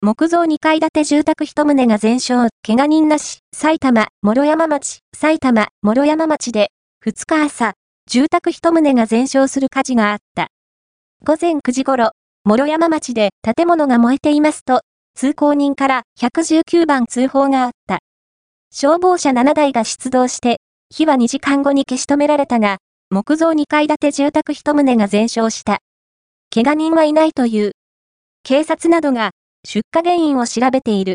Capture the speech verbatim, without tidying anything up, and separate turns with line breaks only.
木造にかい建て住宅一棟が全焼、怪我人なし、埼玉、毛呂山町、埼玉、毛呂山町で、ふつか朝、住宅一棟が全焼する火事があった。午前くじ頃、毛呂山町で建物が燃えていますと、通行人からひゃくじゅうきゅうばん通報があった。消防車ななだいが出動して、火はにじかんごに消し止められたが、木造にかい建て住宅一棟が全焼した。怪我人はいないという。警察などが出火原因を調べている。